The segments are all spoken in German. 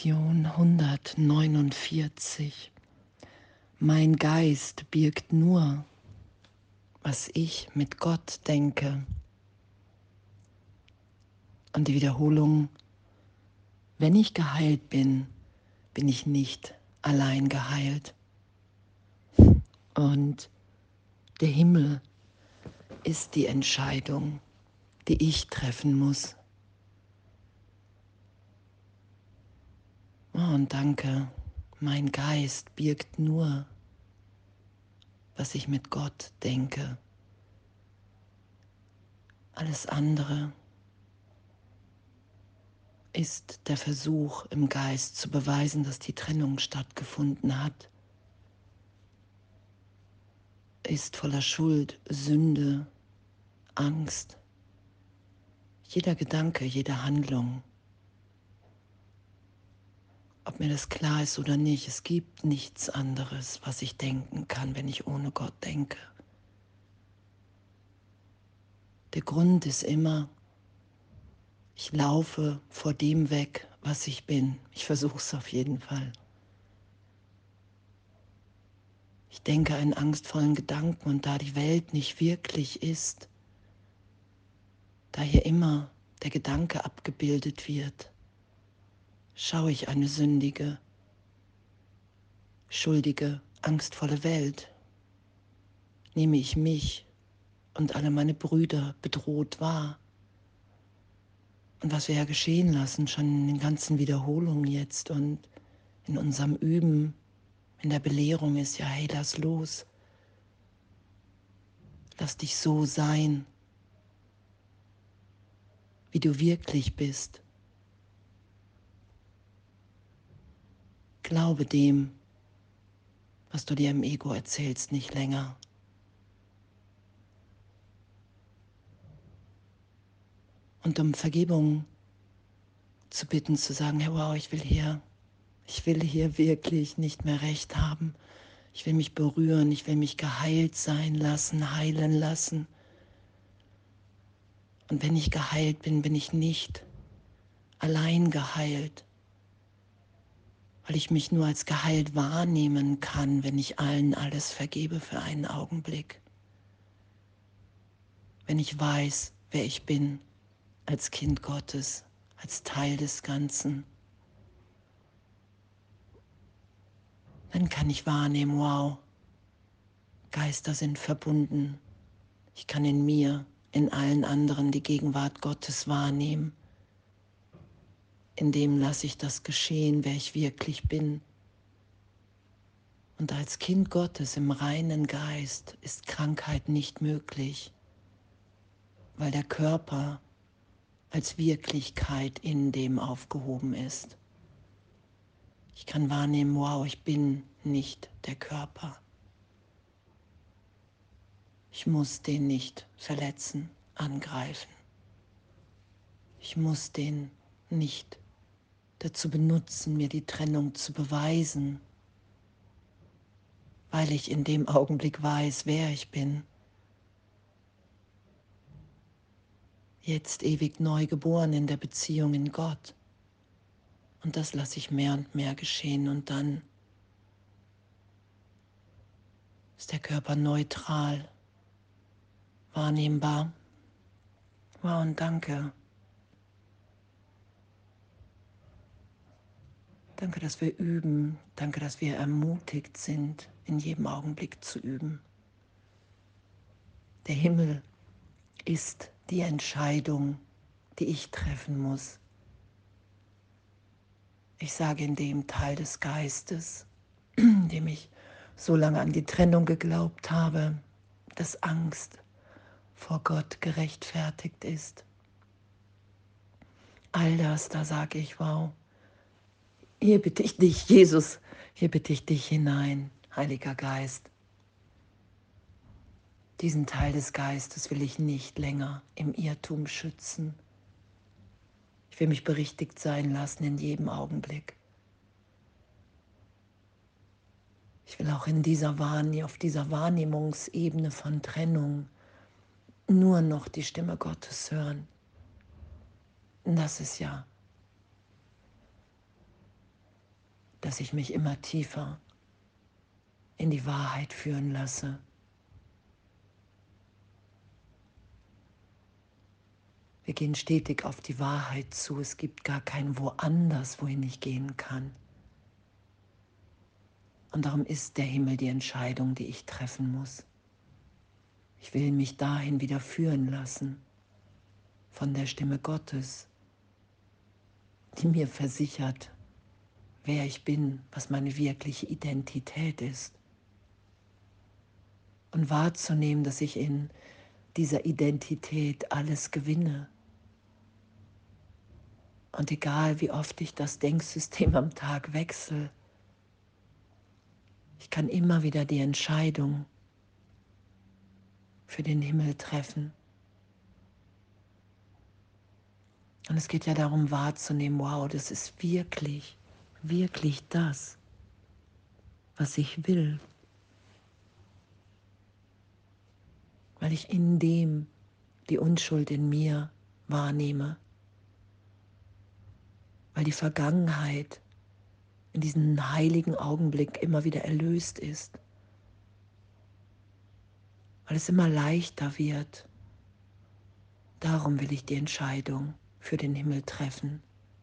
Lektion 149. Mein Geist birgt nur, was ich mit Gott denke. Und die Wiederholung: Wenn ich geheilt bin, bin ich nicht allein geheilt. Und der Himmel ist die Entscheidung, die ich treffen muss. Oh, und danke, mein Geist birgt nur, was ich mit Gott denke. Alles andere ist der Versuch im Geist zu beweisen, dass die Trennung stattgefunden hat, ist voller Schuld, Sünde, Angst. Jeder Gedanke, jede Handlung, ob mir das klar ist oder nicht, es gibt nichts anderes, was ich denken kann, wenn ich ohne Gott denke. Der Grund ist immer, ich laufe vor dem weg, was ich bin. Ich versuche es auf jeden Fall. Ich denke einen angstvollen Gedanken, und da die Welt nicht wirklich ist, da hier immer der Gedanke abgebildet wird, schaue ich eine sündige, schuldige, angstvolle Welt, nehme ich mich und alle meine Brüder bedroht wahr. Und was wir ja geschehen lassen, schon in den ganzen Wiederholungen jetzt und in unserem Üben, in der Belehrung ist ja, hey, lass los. Lass dich so sein, wie du wirklich bist. Glaube dem, was du dir im Ego erzählst, nicht länger. Und um Vergebung zu bitten, zu sagen, hey, wow, ich will hier wirklich nicht mehr recht haben. Ich will mich berühren, ich will mich geheilt sein lassen, heilen lassen. Und wenn ich geheilt bin, bin ich nicht allein geheilt, weil ich mich nur als geheilt wahrnehmen kann, wenn ich allen alles vergebe für einen Augenblick. Wenn ich weiß, wer ich bin als Kind Gottes, als Teil des Ganzen, dann kann ich wahrnehmen, wow, Geister sind verbunden. Ich kann in mir, in allen anderen die Gegenwart Gottes wahrnehmen. In dem lasse ich das geschehen, wer ich wirklich bin. Und als Kind Gottes im reinen Geist ist Krankheit nicht möglich, weil der Körper als Wirklichkeit in dem aufgehoben ist. Ich kann wahrnehmen, wow, ich bin nicht der Körper. Ich muss den nicht verletzen, angreifen. Ich muss den nicht dazu benutzen, mir die Trennung zu beweisen, weil ich in dem Augenblick weiß, wer ich bin. Jetzt ewig neu geboren in der Beziehung in Gott. Und das lasse ich mehr und mehr geschehen, und dann ist der Körper neutral, wahrnehmbar. Wow, und danke. Danke, dass wir üben. Danke, dass wir ermutigt sind, in jedem Augenblick zu üben. Der Himmel ist die Entscheidung, die ich treffen muss. Ich sage in dem Teil des Geistes, in dem ich so lange an die Trennung geglaubt habe, dass Angst vor Gott gerechtfertigt ist. All das, da sage ich, wow, hier bitte ich dich, Jesus, hier bitte ich dich hinein, Heiliger Geist. Diesen Teil des Geistes will ich nicht länger im Irrtum schützen. Ich will mich berichtigt sein lassen in jedem Augenblick. Ich will auch auf dieser Wahrnehmungsebene von Trennung nur noch die Stimme Gottes hören. Und das ist ja dass ich mich immer tiefer in die Wahrheit führen lasse. Wir gehen stetig auf die Wahrheit zu. Es gibt gar kein Woanders, wohin ich gehen kann. Und darum ist der Himmel die Entscheidung, die ich treffen muss. Ich will mich dahin wieder führen lassen, von der Stimme Gottes, die mir versichert, wer ich bin, was meine wirkliche Identität ist. Und wahrzunehmen, dass ich in dieser Identität alles gewinne. Und egal, wie oft ich das Denksystem am Tag wechsle, ich kann immer wieder die Entscheidung für den Himmel treffen. Und es geht ja darum wahrzunehmen, wow, das ist wirklich, wirklich das, was ich will. Weil ich in dem die Unschuld in mir wahrnehme. Weil die Vergangenheit in diesem heiligen Augenblick immer wieder erlöst ist. Weil es immer leichter wird. Darum will ich die Entscheidung für den Himmel treffen.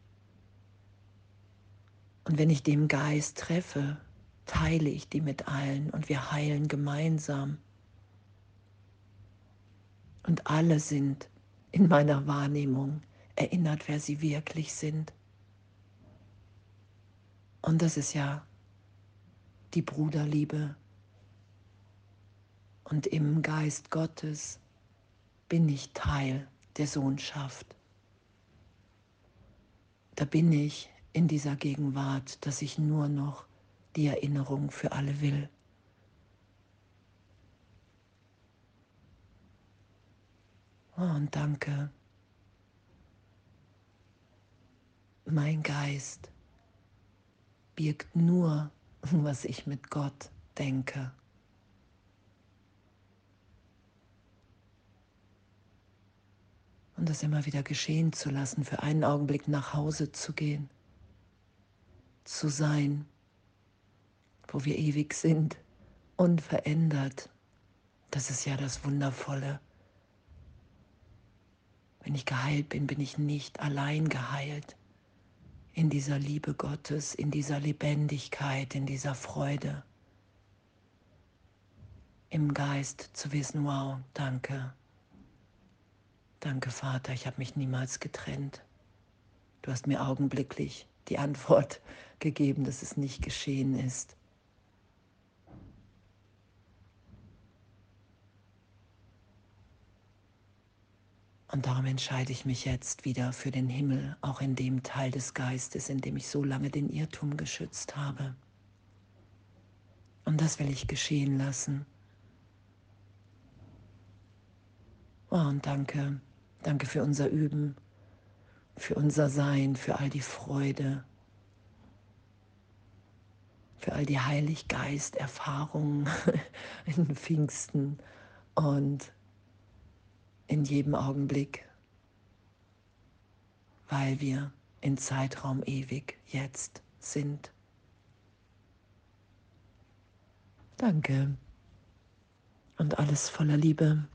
Und wenn ich den Geist treffe, teile ich die mit allen und wir heilen gemeinsam. Und alle sind in meiner Wahrnehmung erinnert, wer sie wirklich sind. Und das ist ja die Bruderliebe. Und im Geist Gottes bin ich Teil der Sohnschaft. Da bin ich in dieser Gegenwart, dass ich nur noch die Erinnerung für alle will. Oh, und danke, mein Geist birgt nur, was ich mit Gott denke. Und das immer wieder geschehen zu lassen, für einen Augenblick nach Hause zu gehen, zu sein, wo wir ewig sind, unverändert. Das ist ja das Wundervolle. Wenn ich geheilt bin, bin ich nicht allein geheilt. In dieser Liebe Gottes, in dieser Lebendigkeit, in dieser Freude. Im Geist zu wissen, wow, danke. Danke, Vater, ich habe mich niemals getrennt. Du hast mir augenblicklich die Antwort gegeben, dass es nicht geschehen ist. Und darum entscheide ich mich jetzt wieder für den Himmel, auch in dem Teil des Geistes, in dem ich so lange den Irrtum geschützt habe. Und das will ich geschehen lassen. Oh, und danke, danke für unser Üben, für unser Sein, für all die Freude, für all die Heiliggeist-Erfahrungen in Pfingsten und in jedem Augenblick, weil wir in Zeitraum ewig jetzt sind. Danke und alles voller Liebe.